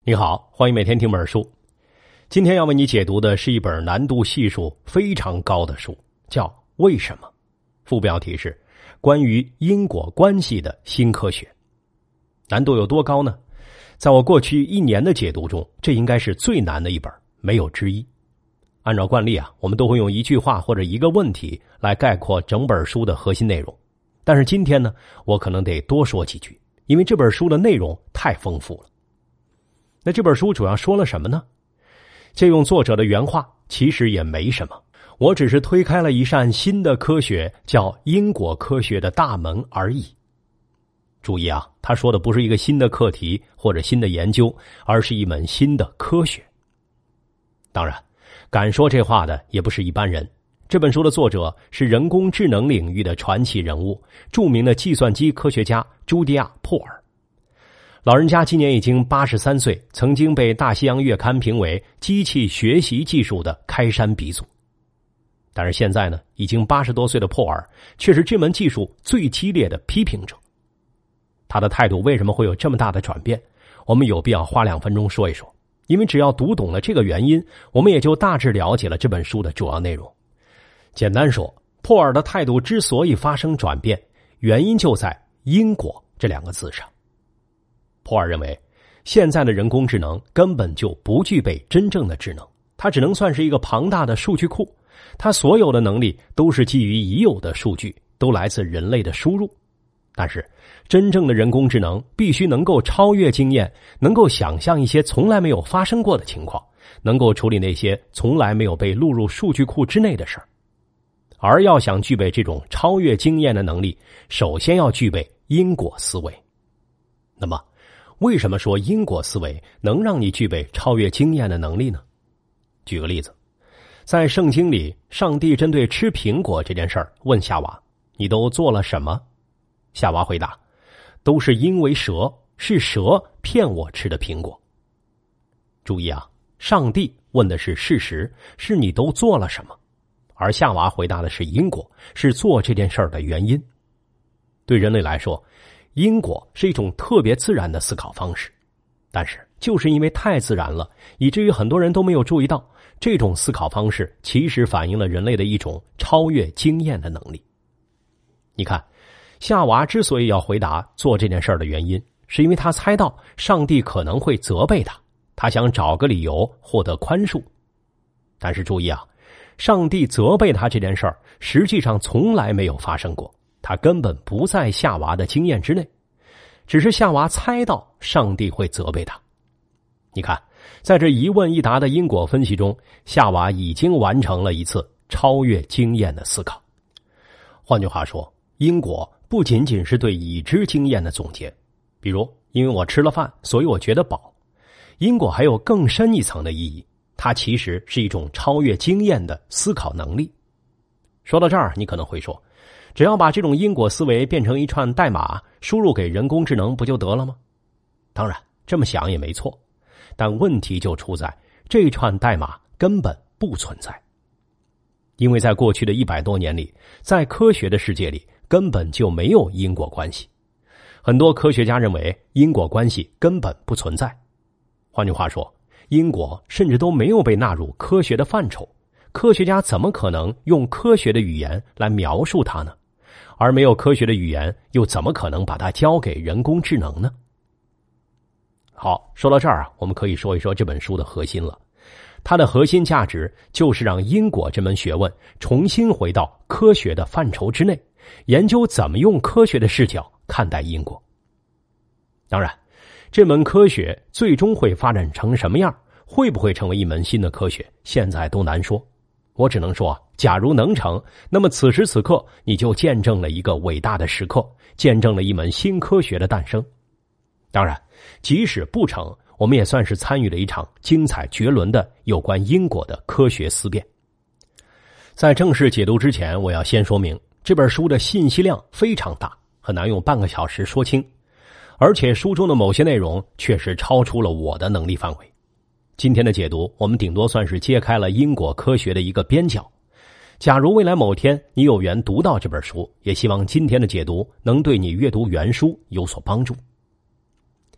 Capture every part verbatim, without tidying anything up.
你好，欢迎每天听本书。今天要为你解读的是一本难度系数非常高的书，叫《为什么》，副标题是关于因果关系的新科学。难度有多高呢？在我过去一年的解读中，这应该是最难的一本，没有之一。按照惯例啊，我们都会用一句话或者一个问题来概括整本书的核心内容。但是今天呢，我可能得多说几句，因为这本书的内容太丰富了。那这本书主要说了什么呢？借用作者的原话，其实也没什么，我只是推开了一扇新的科学，叫因果科学的大门而已。注意啊，他说的不是一个新的课题或者新的研究，而是一门新的科学。当然，敢说这话的也不是一般人。这本书的作者是人工智能领域的传奇人物，著名的计算机科学家朱迪亚·珀尔。老人家今年已经八十三岁，曾经被大西洋月刊评为机器学习技术的开山鼻祖。但是现在呢，已经八十多岁的珀尔却是这门技术最激烈的批评者。他的态度为什么会有这么大的转变？我们有必要花两分钟说一说，因为只要读懂了这个原因，我们也就大致了解了这本书的主要内容。简单说，珀尔的态度之所以发生转变，原因就在因果这两个字上。珀尔认为，现在的人工智能根本就不具备真正的智能，它只能算是一个庞大的数据库，它所有的能力都是基于已有的数据，都来自人类的输入。但是，真正的人工智能必须能够超越经验，能够想象一些从来没有发生过的情况，能够处理那些从来没有被录入数据库之内的事儿。而要想具备这种超越经验的能力，首先要具备因果思维。那么，为什么说因果思维能让你具备超越经验的能力呢？举个例子，在圣经里，上帝针对吃苹果这件事儿问夏娃：“你都做了什么？”夏娃回答：“都是因为蛇，是蛇骗我吃的苹果。”注意啊，上帝问的是事实，是你都做了什么，而夏娃回答的是因果，是做这件事儿的原因。对人类来说，因果是一种特别自然的思考方式，但是就是因为太自然了，以至于很多人都没有注意到，这种思考方式其实反映了人类的一种超越经验的能力。你看，夏娃之所以要回答做这件事儿的原因，是因为他猜到上帝可能会责备他，他想找个理由获得宽恕。但是注意啊，上帝责备他这件事儿实际上从来没有发生过，他根本不在夏娃的经验之内，只是夏娃猜到上帝会责备他。你看，在这一问一答的因果分析中，夏娃已经完成了一次超越经验的思考。换句话说，因果不仅仅是对已知经验的总结，比如因为我吃了饭，所以我觉得饱。因果还有更深一层的意义，它其实是一种超越经验的思考能力。说到这儿，你可能会说，只要把这种因果思维变成一串代码，输入给人工智能不就得了吗？当然，这么想也没错，但问题就出在这串代码根本不存在。因为在过去的一百多年里，在科学的世界里根本就没有因果关系。很多科学家认为因果关系根本不存在。换句话说，因果甚至都没有被纳入科学的范畴，科学家怎么可能用科学的语言来描述它呢？而没有科学的语言，又怎么可能把它交给人工智能呢？好，说到这儿啊，我们可以说一说这本书的核心了。它的核心价值就是让因果这门学问重新回到科学的范畴之内，研究怎么用科学的视角看待因果。当然，这门科学最终会发展成什么样，会不会成为一门新的科学，现在都难说。我只能说，假如能成，那么此时此刻你就见证了一个伟大的时刻，见证了一门新科学的诞生。当然，即使不成，我们也算是参与了一场精彩绝伦的有关因果的科学思辨。在正式解读之前，我要先说明，这本书的信息量非常大，很难用半个小时说清，而且书中的某些内容确实超出了我的能力范围。今天的解读，我们顶多算是揭开了因果科学的一个边角。假如未来某天你有缘读到这本书，也希望今天的解读能对你阅读原书有所帮助。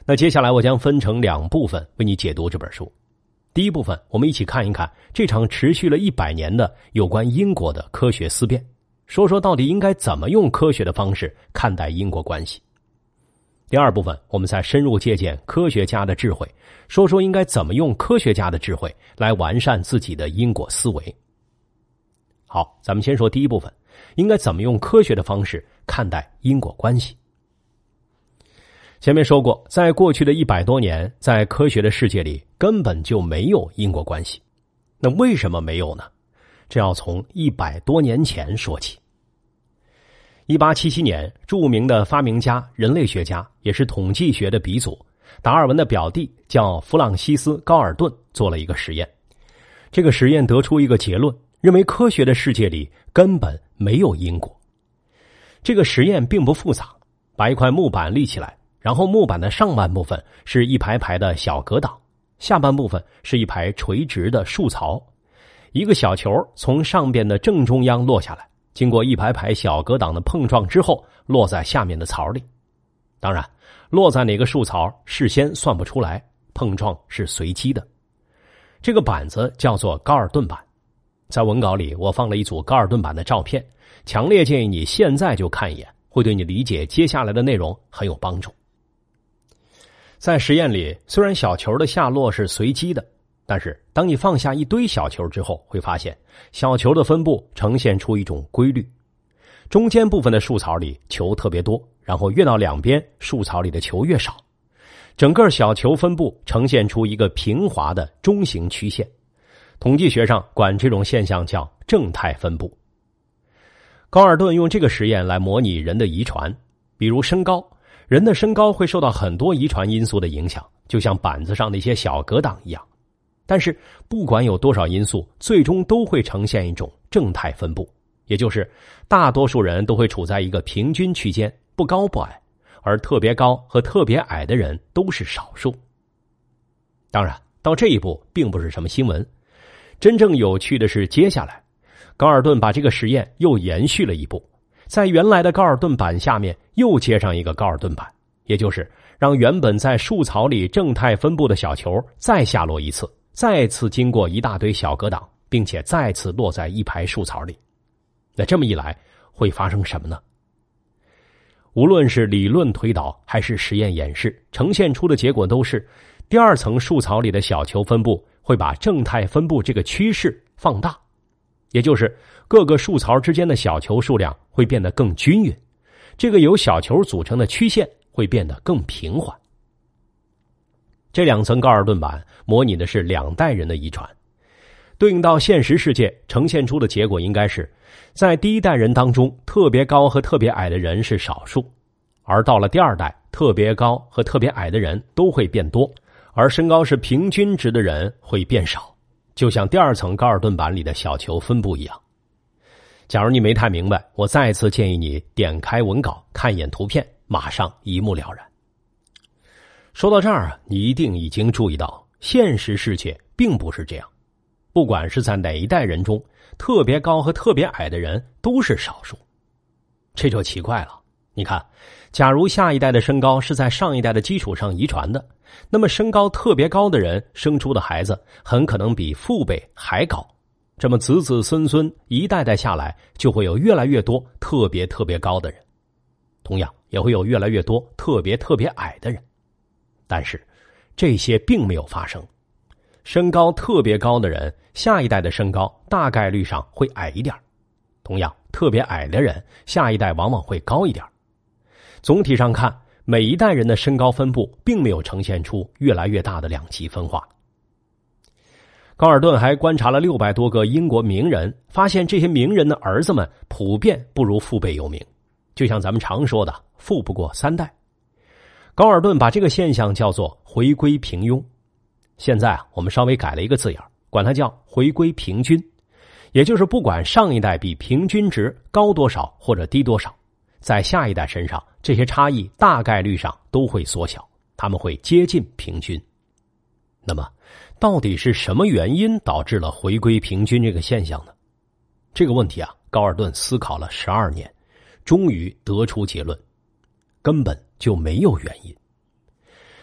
那接下来我将分成两部分为你解读这本书。第一部分，我们一起看一看这场持续了一百年的有关因果的科学思辨，说说到底应该怎么用科学的方式看待因果关系。第二部分，我们再深入借鉴科学家的智慧，说说应该怎么用科学家的智慧来完善自己的因果思维。好，咱们先说第一部分，应该怎么用科学的方式看待因果关系。前面说过，在过去的一百多年，在科学的世界里根本就没有因果关系。那为什么没有呢？这要从一百多年前说起。一八七七年，著名的发明家、人类学家，也是统计学的鼻祖，达尔文的表弟叫弗朗西斯·高尔顿做了一个实验。这个实验得出一个结论，认为科学的世界里根本没有因果。这个实验并不复杂，把一块木板立起来，然后木板的上半部分是一排排的小格挡，下半部分是一排垂直的树槽，一个小球从上边的正中央落下来，经过一排排小格挡的碰撞之后，落在下面的槽里。当然，落在哪个树槽事先算不出来，碰撞是随机的。这个板子叫做高尔顿板。在文稿里我放了一组高尔顿板的照片，强烈建议你现在就看一眼，会对你理解接下来的内容很有帮助。在实验里，虽然小球的下落是随机的，但是当你放下一堆小球之后，会发现小球的分布呈现出一种规律。中间部分的树槽里球特别多，然后越到两边，树槽里的球越少。整个小球分布呈现出一个平滑的中型曲线。统计学上管这种现象叫正态分布。高尔顿用这个实验来模拟人的遗传，比如身高，人的身高会受到很多遗传因素的影响，就像板子上那些小格挡一样。但是不管有多少因素，最终都会呈现一种正态分布，也就是大多数人都会处在一个平均区间，不高不矮，而特别高和特别矮的人都是少数。当然，到这一步并不是什么新闻，真正有趣的是接下来，高尔顿把这个实验又延续了一步，在原来的高尔顿板下面又接上一个高尔顿板，也就是让原本在树槽里正态分布的小球再下落一次，再次经过一大堆小格挡，并且再次落在一排树槽里。那这么一来会发生什么呢？无论是理论推导还是实验演示，呈现出的结果都是第二层树槽里的小球分布会把正态分布这个趋势放大，也就是各个树槽之间的小球数量会变得更均匀，这个由小球组成的曲线会变得更平缓。这两层高尔顿板模拟的是两代人的遗传，对应到现实世界呈现出的结果应该是，在第一代人当中，特别高和特别矮的人是少数，而到了第二代，特别高和特别矮的人都会变多，而身高是平均值的人会变少，就像第二层高尔顿板里的小球分布一样。假如你没太明白，我再次建议你点开文稿看一眼图片，马上一目了然。说到这儿，你一定已经注意到，现实世界并不是这样。不管是在哪一代人中，特别高和特别矮的人都是少数。这就奇怪了。你看，假如下一代的身高是在上一代的基础上遗传的，那么身高特别高的人生出的孩子很可能比父辈还高。这么子子孙孙一代代下来，就会有越来越多特别特别高的人，同样也会有越来越多特别特别矮的人。但是这些并没有发生。身高特别高的人，下一代的身高大概率上会矮一点，同样特别矮的人，下一代往往会高一点。总体上看，每一代人的身高分布并没有呈现出越来越大的两极分化。高尔顿还观察了六百多个英国名人，发现这些名人的儿子们普遍不如父辈有名，就像咱们常说的富不过三代。高尔顿把这个现象叫做回归平庸。现在啊，我们稍微改了一个字眼，管它叫回归平均，也就是不管上一代比平均值高多少或者低多少，在下一代身上，这些差异大概率上都会缩小，他们会接近平均。那么到底是什么原因导致了回归平均这个现象呢？这个问题啊，高尔顿思考了十二年，终于得出结论，根本就没有原因。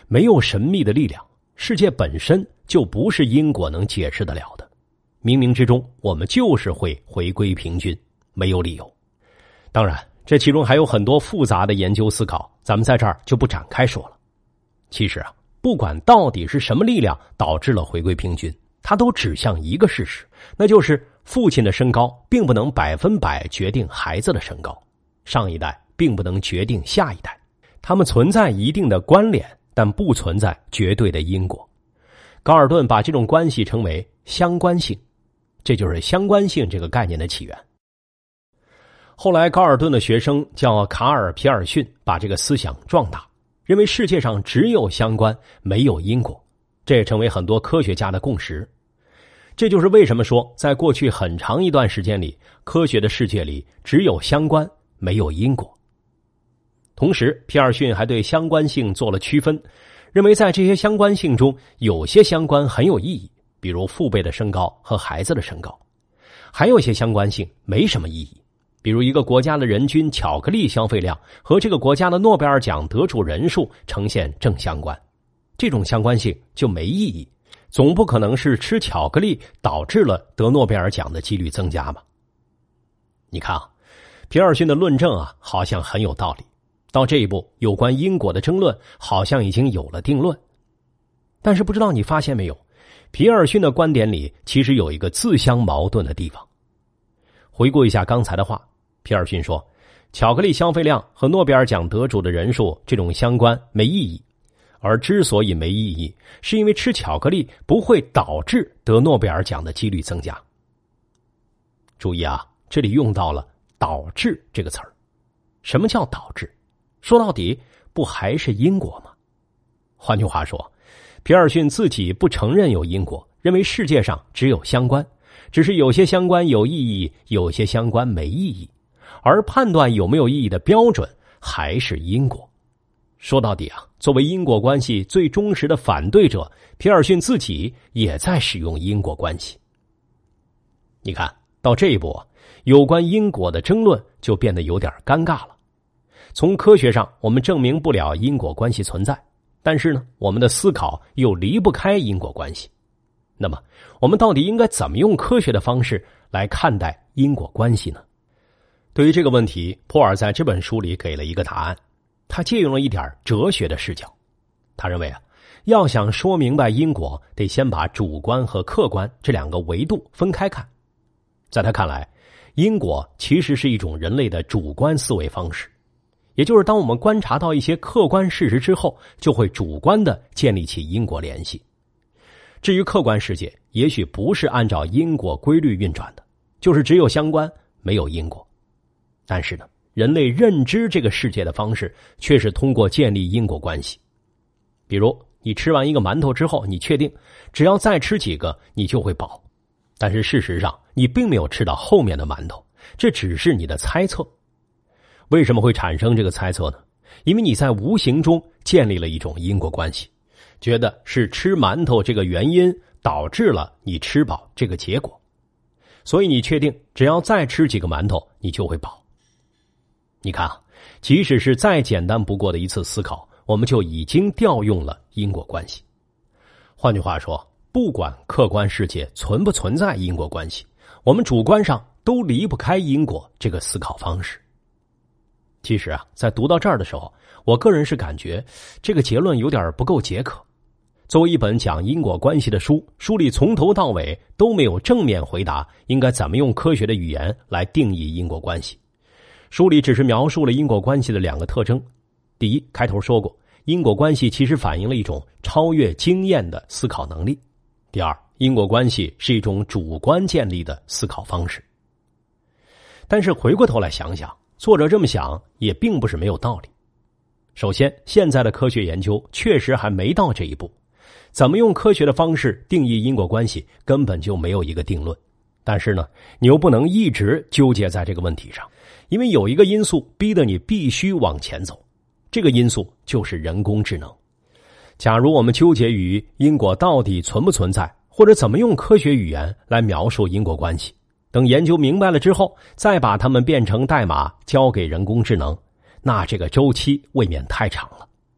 没有神秘的力量，世界本身就不是因果能解释得了的。冥冥之中，我们就是会回归平均，没有理由。当然，这其中还有很多复杂的研究思考，咱们在这儿就不展开说了。其实啊，不管到底是什么力量导致了回归平均，它都指向一个事实，那就是父亲的身高并不能百分百决定孩子的身高，上一代并不能决定下一代，它们存在一定的关联，但不存在绝对的因果。高尔顿把这种关系称为相关性，这就是相关性这个概念的起源。后来高尔顿的学生叫卡尔·皮尔逊把这个思想壮大，认为世界上只有相关，没有因果，这也成为很多科学家的共识。这就是为什么说在过去很长一段时间里，科学的世界里只有相关，没有因果。同时，皮尔逊还对相关性做了区分，认为在这些相关性中，有些相关很有意义，比如父辈的身高和孩子的身高；还有些相关性没什么意义，比如一个国家的人均巧克力消费量和这个国家的诺贝尔奖得主人数呈现正相关，这种相关性就没意义，总不可能是吃巧克力导致了得诺贝尔奖的几率增加吧。你看啊，皮尔逊的论证啊，好像很有道理。到这一步，有关因果的争论好像已经有了定论。但是不知道你发现没有，皮尔逊的观点里其实有一个自相矛盾的地方。回顾一下刚才的话，皮尔逊说，巧克力消费量和诺贝尔奖得主的人数这种相关没意义，而之所以没意义，是因为吃巧克力不会导致得诺贝尔奖的几率增加。注意啊，这里用到了导致这个词儿。什么叫导致？说到底不还是因果吗？换句话说，皮尔逊自己不承认有因果，认为世界上只有相关，只是有些相关有意义，有些相关没意义，而判断有没有意义的标准还是因果。说到底啊，作为因果关系最忠实的反对者，皮尔逊自己也在使用因果关系。你看到这一步，有关因果的争论就变得有点尴尬了。从科学上我们证明不了因果关系存在，但是呢，我们的思考又离不开因果关系。那么我们到底应该怎么用科学的方式来看待因果关系呢？对于这个问题，普尔在这本书里给了一个答案。他借用了一点哲学的视角。他认为啊，要想说明白因果，得先把主观和客观这两个维度分开看。在他看来，因果其实是一种人类的主观思维方式，也就是当我们观察到一些客观事实之后，就会主观的建立起因果联系。至于客观世界，也许不是按照因果规律运转的，就是只有相关，没有因果。但是呢，人类认知这个世界的方式却是通过建立因果关系。比如你吃完一个馒头之后，你确定只要再吃几个你就会饱，但是事实上你并没有吃到后面的馒头，这只是你的猜测。为什么会产生这个猜测呢？因为你在无形中建立了一种因果关系，觉得是吃馒头这个原因导致了你吃饱这个结果，所以你确定只要再吃几个馒头你就会饱。你看啊，即使是再简单不过的一次思考，我们就已经调用了因果关系。换句话说，不管客观世界存不存在因果关系，我们主观上都离不开因果这个思考方式。其实啊，在读到这儿的时候，我个人是感觉这个结论有点不够解渴。作为一本讲因果关系的书，书里从头到尾都没有正面回答应该怎么用科学的语言来定义因果关系。书里只是描述了因果关系的两个特征。第一，开头说过，因果关系其实反映了一种超越经验的思考能力。第二，因果关系是一种主观建立的思考方式。但是回过头来想想，作者这么想也并不是没有道理。首先，现在的科学研究确实还没到这一步，怎么用科学的方式定义因果关系根本就没有一个定论。但是呢，你又不能一直纠结在这个问题上，因为有一个因素逼得你必须往前走，这个因素就是人工智能。假如我们纠结于因果到底存不存在，或者怎么用科学语言来描述因果关系，等研究明白了之后，再把它们变成代码交给人工智能，那这个周期未免太长了。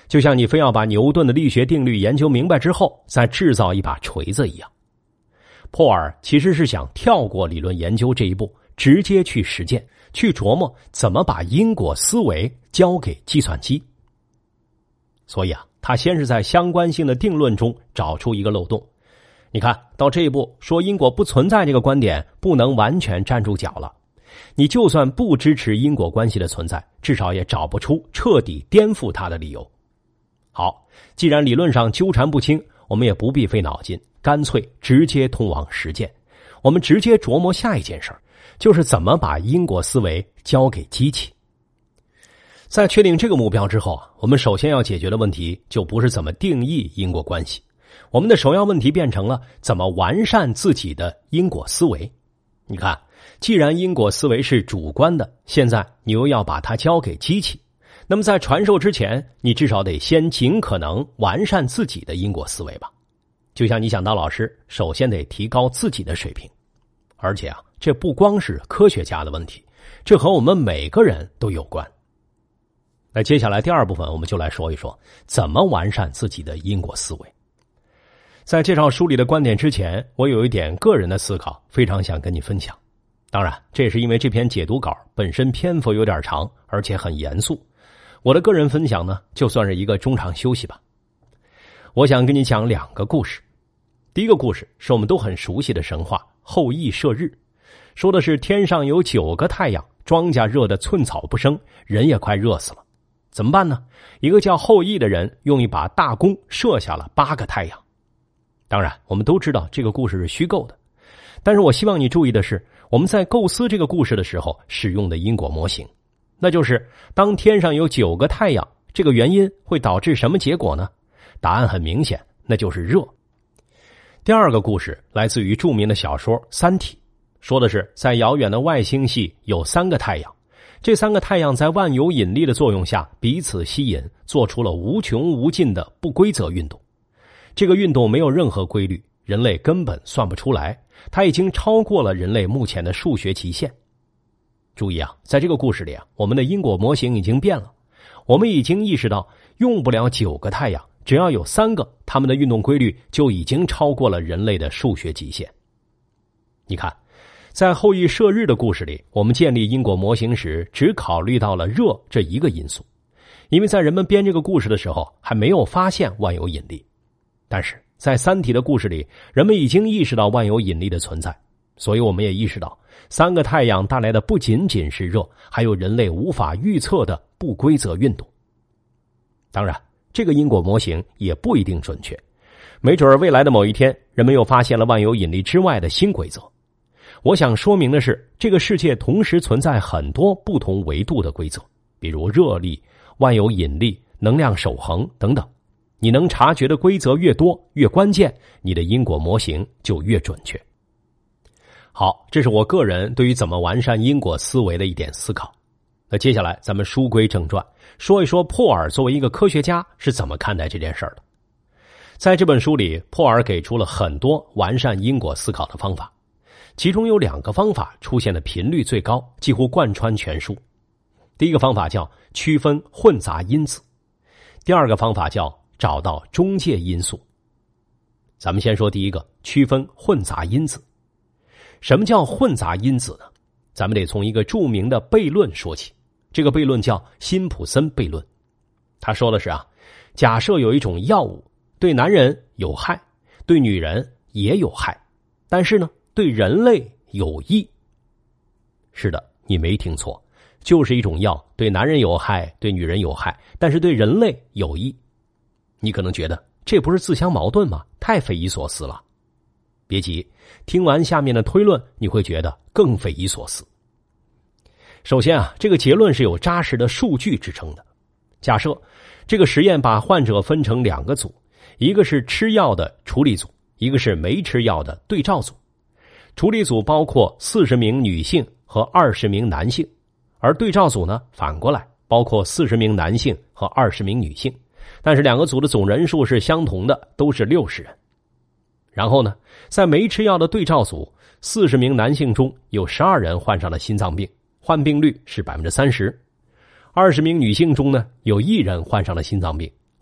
就像你非要把牛顿的力学定律研究明白之后再制造一把锤子一样。珀尔其实是想跳过理论研究这一步，直接去实践，去琢磨怎么把因果思维交给计算机。所以啊，他先是在相关性的定论中找出一个漏洞。你看到这一步，说因果不存在这个观点不能完全站住脚了。你就算不支持因果关系的存在，至少也找不出彻底颠覆它的理由。好，既然理论上纠缠不清，我们也不必费脑筋，干脆直接通往实践。我们直接琢磨下一件事儿，就是怎么把因果思维交给机器。在确定这个目标之后，我们首先要解决的问题就不是怎么定义因果关系，我们的首要问题变成了怎么完善自己的因果思维。你看，既然因果思维是主观的，现在你又要把它交给机器，那么在传授之前，你至少得先尽可能完善自己的因果思维吧。就像你想当老师，首先得提高自己的水平。而且啊，这不光是科学家的问题，这和我们每个人都有关。那接下来第二部分，我们就来说一说怎么完善自己的因果思维。在介绍书里的观点之前，我有一点个人的思考，非常想跟你分享。当然，这也是因为这篇解读稿本身篇幅有点长，而且很严肃。我的个人分享呢，就算是一个中场休息吧。我想跟你讲两个故事。第一个故事是我们都很熟悉的神话后羿射日，说的是天上有九个太阳，庄稼热得寸草不生，人也快热死了。怎么办呢？一个叫后羿的人用一把大弓射下了八个太阳。当然，我们都知道这个故事是虚构的，但是我希望你注意的是，我们在构思这个故事的时候使用的因果模型，那就是当天上有九个太阳，这个原因会导致什么结果呢？答案很明显，那就是热。第二个故事来自于著名的小说《三体》，说的是在遥远的外星系有三个太阳，这三个太阳在万有引力的作用下彼此吸引，做出了无穷无尽的不规则运动。这个运动没有任何规律，人类根本算不出来，它已经超过了人类目前的数学极限。注意啊，在这个故事里啊，我们的因果模型已经变了，我们已经意识到用不了九个太阳，只要有三个，它们的运动规律就已经超过了人类的数学极限。你看，在后羿射日的故事里，我们建立因果模型时只考虑到了热这一个因素，因为在人们编这个故事的时候还没有发现万有引力。但是在三体的故事里，人们已经意识到万有引力的存在，所以我们也意识到三个太阳带来的不仅仅是热，还有人类无法预测的不规则运动。当然，这个因果模型也不一定准确，没准未来的某一天，人们又发现了万有引力之外的新规则。我想说明的是，这个世界同时存在很多不同维度的规则，比如热力、万有引力、能量守恒等等。你能察觉的规则越多越关键，你的因果模型就越准确。好，这是我个人对于怎么完善因果思维的一点思考。那接下来咱们书归正传，说一说珀尔作为一个科学家是怎么看待这件事儿的。在这本书里，珀尔给出了很多完善因果思考的方法，其中有两个方法出现的频率最高，几乎贯穿全书。第一个方法叫区分混杂因子，第二个方法叫找到中介因素。咱们先说第一个，区分混杂因子。什么叫混杂因子呢？咱们得从一个著名的悖论说起，这个悖论叫辛普森悖论。他说的是啊，假设有一种药物对男人有害，对女人也有害，但是呢，对人类有益。是的，你没听错，就是一种药对男人有害，对女人有害，但是对人类有益。你可能觉得这不是自相矛盾吗？太匪夷所思了。别急，听完下面的推论，你会觉得更匪夷所思。首先啊，这个结论是有扎实的数据支撑的。假设这个实验把患者分成两个组，一个是吃药的处理组，一个是没吃药的对照组。处理组包括四十名女性和二十名男性，而对照组呢，反过来包括四十名男性和二十名女性。但是两个组的总人数是相同的，都是六十人。然后呢，在没吃药的对照组，四十名男性中有十二人患上了心脏病，患病率是 百分之三十。二十名女性中呢，有一人患上了心脏病，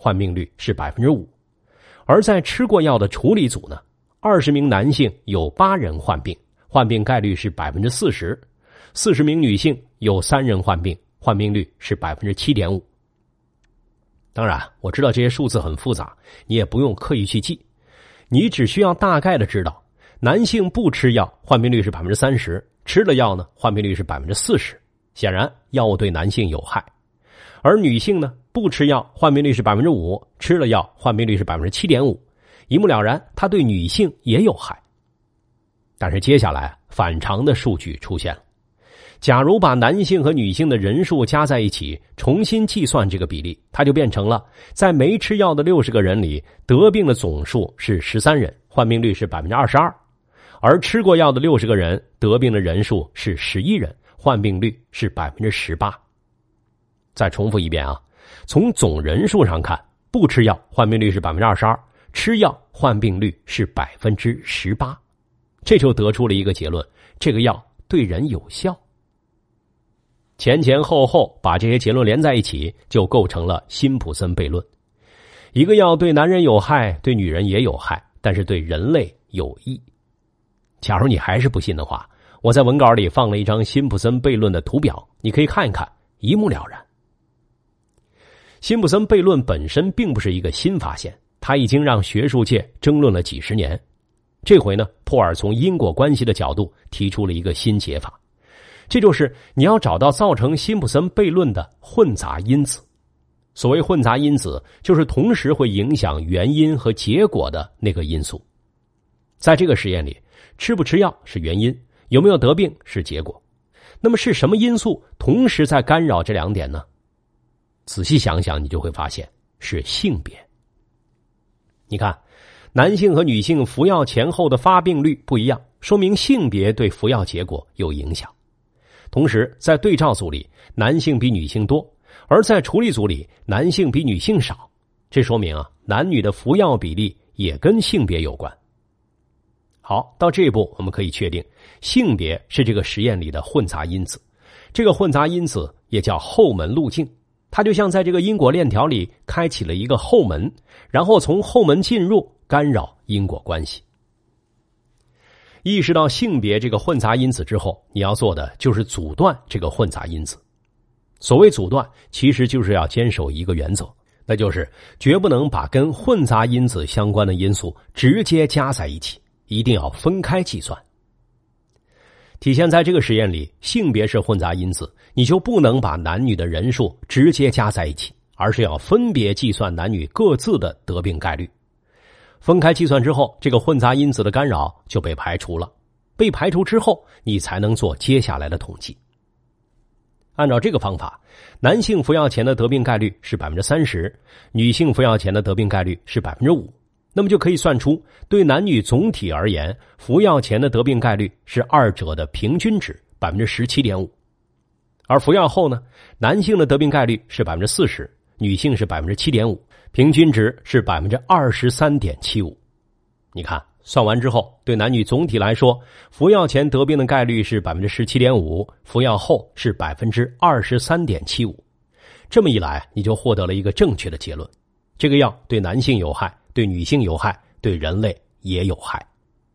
患病率是 百分之五。 而在吃过药的处理组呢，二十名男性有八人患病，患病概率是 百分之四十。 四十名女性有三人患病，患病率是 百分之七点五。 当然我知道这些数字很复杂，你也不用刻意去记，你只需要大概的知道，男性不吃药患病率是 百分之三十， 吃了药呢患病率是 百分之四十。 显然药物对男性有害。而女性呢，不吃药患病率是 百分之五， 吃了药患病率是 百分之七点五。 一目了然，它对女性也有害。但是接下来反常的数据出现了。假如把男性和女性的人数加在一起，重新计算这个比例，它就变成了在没吃药的六十个人里，得病的总数是十三人，患病率是 百分之二十二。 而吃过药的六十个人，得病的人数是十一人，患病率是 百分之十八。 再重复一遍啊，从总人数上看，不吃药患病率是 百分之二十二， 吃药患病率是 百分之十八。 这就得出了一个结论，这个药对人有效。前前后后把这些结论连在一起，就构成了辛普森悖论。一个药对男人有害，对女人也有害，但是对人类有益。假如你还是不信的话，我在文稿里放了一张辛普森悖论的图表，你可以看一看，一目了然。辛普森悖论本身并不是一个新发现，它已经让学术界争论了几十年。这回呢，珀尔从因果关系的角度提出了一个新解法，这就是你要找到造成辛普森悖论的混杂因子。所谓混杂因子，就是同时会影响原因和结果的那个因素。在这个实验里，吃不吃药是原因，有没有得病是结果。那么是什么因素同时在干扰这两点呢？仔细想想，你就会发现是性别。你看，男性和女性服药前后的发病率不一样，说明性别对服药结果有影响。同时在对照组里，男性比女性多，而在处理组里，男性比女性少。这说明啊，男女的服药比例也跟性别有关。好，到这一步我们可以确定，性别是这个实验里的混杂因子。这个混杂因子也叫后门路径，它就像在这个因果链条里开启了一个后门，然后从后门进入，干扰因果关系。意识到性别这个混杂因子之后，你要做的就是阻断这个混杂因子。所谓阻断，其实就是要坚守一个原则，那就是绝不能把跟混杂因子相关的因素直接加在一起，一定要分开计算。体现在这个实验里，性别是混杂因子，你就不能把男女的人数直接加在一起，而是要分别计算男女各自的得病概率。分开计算之后，这个混杂因子的干扰就被排除了。被排除之后，你才能做接下来的统计。按照这个方法，男性服药前的得病概率是 百分之三十， 女性服药前的得病概率是 百分之五。那么就可以算出，对男女总体而言，服药前的得病概率是二者的平均值 百分之十七点五。 而服药后呢，男性的得病概率是 百分之四十， 女性是 百分之七点五， 平均值是 百分之二十三点七五。 你看算完之后，对男女总体来说，服药前得病的概率是 百分之十七点五， 服药后是 百分之二十三点七五。 这么一来，你就获得了一个正确的结论，这个药对男性有害，对女性有害，对人类也有害。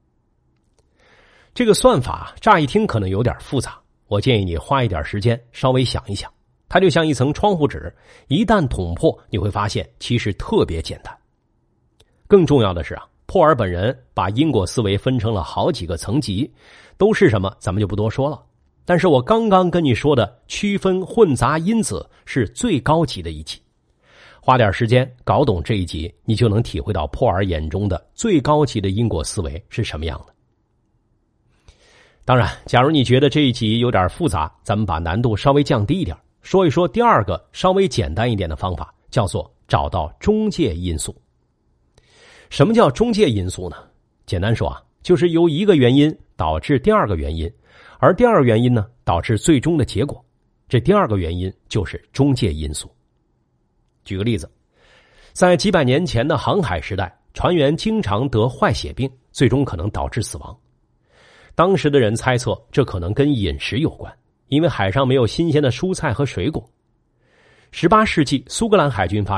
这个算法乍一听可能有点复杂，我建议你花一点时间稍微想一想。它就像一层窗户纸，一旦捅破，你会发现其实特别简单。更重要的是啊，珀尔本人把因果思维分成了好几个层级，都是什么咱们就不多说了。但是我刚刚跟你说的区分混杂因子是最高级的一级。花点时间搞懂这一集，你就能体会到珀尔眼中的最高级的因果思维是什么样的。当然，假如你觉得这一集有点复杂，咱们把难度稍微降低一点，说一说第二个稍微简单一点的方法，叫做找到中介因素。什么叫中介因素呢？简单说啊，就是由一个原因导致第二个原因，而第二个原因呢，导致最终的结果。这第二个原因就是中介因素。举个例子，在几百年前的航海时代，船员经常得坏血病，最终可能导致死亡。当时的人猜测这可能跟饮食有关，因为海上没有新鲜的蔬菜和水果。十八世纪，苏格兰海军发现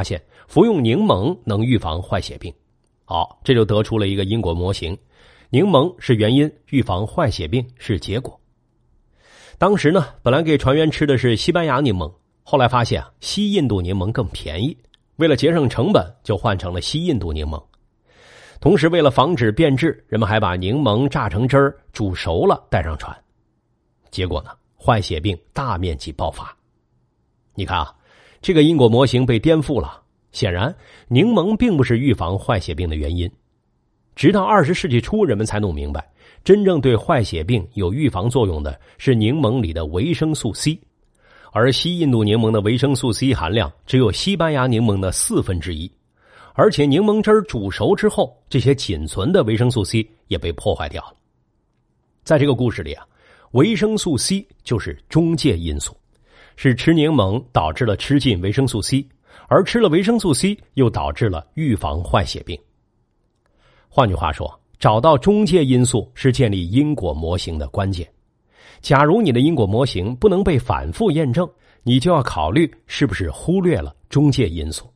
服用柠檬能预防坏血病。好，这就得出了一个因果模型，柠檬是原因，预防坏血病是结果。当时呢，本来给船员吃的是西班牙柠檬，后来发现啊，西印度柠檬更便宜，为了节省成本，就换成了西印度柠檬。同时为了防止变质，人们还把柠檬榨成汁儿煮熟了带上船。结果呢，坏血病大面积爆发。你看啊，这个因果模型被颠覆了。显然，柠檬并不是预防坏血病的原因。直到二十世纪初，人们才弄明白，真正对坏血病有预防作用的是柠檬里的维生素 C， 而西印度柠檬的维生素 C 含量只有西班牙柠檬的四分之一，而且柠檬汁儿煮熟之后，这些仅存的维生素 C 也被破坏掉了。在这个故事里啊，维生素 C 就是中介因素，是吃柠檬导致了吃进维生素 C， 而吃了维生素 C 又导致了预防坏血病。换句话说，找到中介因素是建立因果模型的关键。假如你的因果模型不能被反复验证，你就要考虑是不是忽略了中介因素。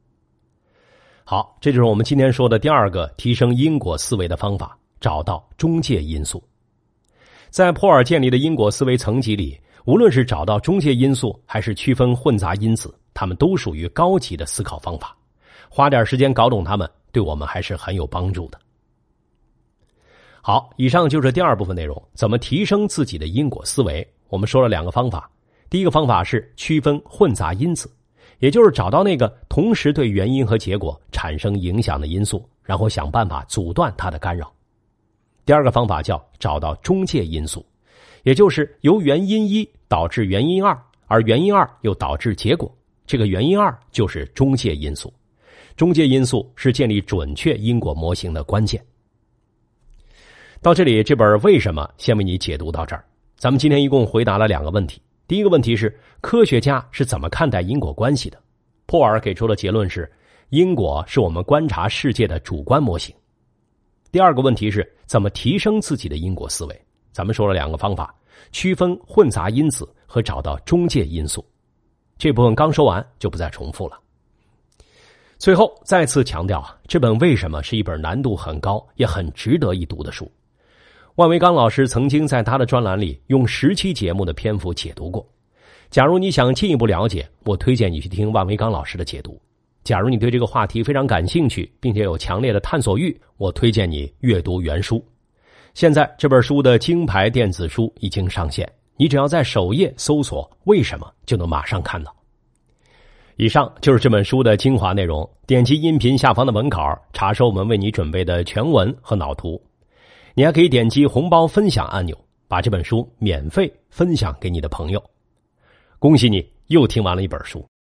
好，这就是我们今天说的第二个提升因果思维的方法，找到中介因素。在普尔建立的因果思维层级里，无论是找到中介因素还是区分混杂因子，它们都属于高级的思考方法。花点时间搞懂它们，对我们还是很有帮助的。好，以上就是第二部分内容，怎么提升自己的因果思维。我们说了两个方法，第一个方法是区分混杂因子，也就是找到那个同时对原因和结果产生影响的因素，然后想办法阻断它的干扰。第二个方法叫找到中介因素，也就是由原因一导致原因二，而原因二又导致结果，这个原因二就是中介因素。中介因素是建立准确因果模型的关键。到这里，这本为什么先为你解读到这儿。咱们今天一共回答了两个问题。第一个问题是科学家是怎么看待因果关系的？珀尔给出的结论是因果是我们观察世界的主观模型。第二个问题是怎么提升自己的因果思维？咱们说了两个方法，区分混杂因子和找到中介因素。这部分刚说完，就不再重复了。最后再次强调啊，这本为什么是一本难度很高也很值得一读的书。万维刚老师曾经在他的专栏里用十期节目的篇幅解读过。假如你想进一步了解，我推荐你去听万维刚老师的解读。假如你对这个话题非常感兴趣，并且有强烈的探索欲，我推荐你阅读原书。现在这本书的金牌电子书已经上线，你只要在首页搜索为什么，就能马上看到。以上就是这本书的精华内容，点击音频下方的门槛查收我们为你准备的全文和脑图。你还可以点击红包分享按钮，把这本书免费分享给你的朋友。恭喜你又听完了一本书。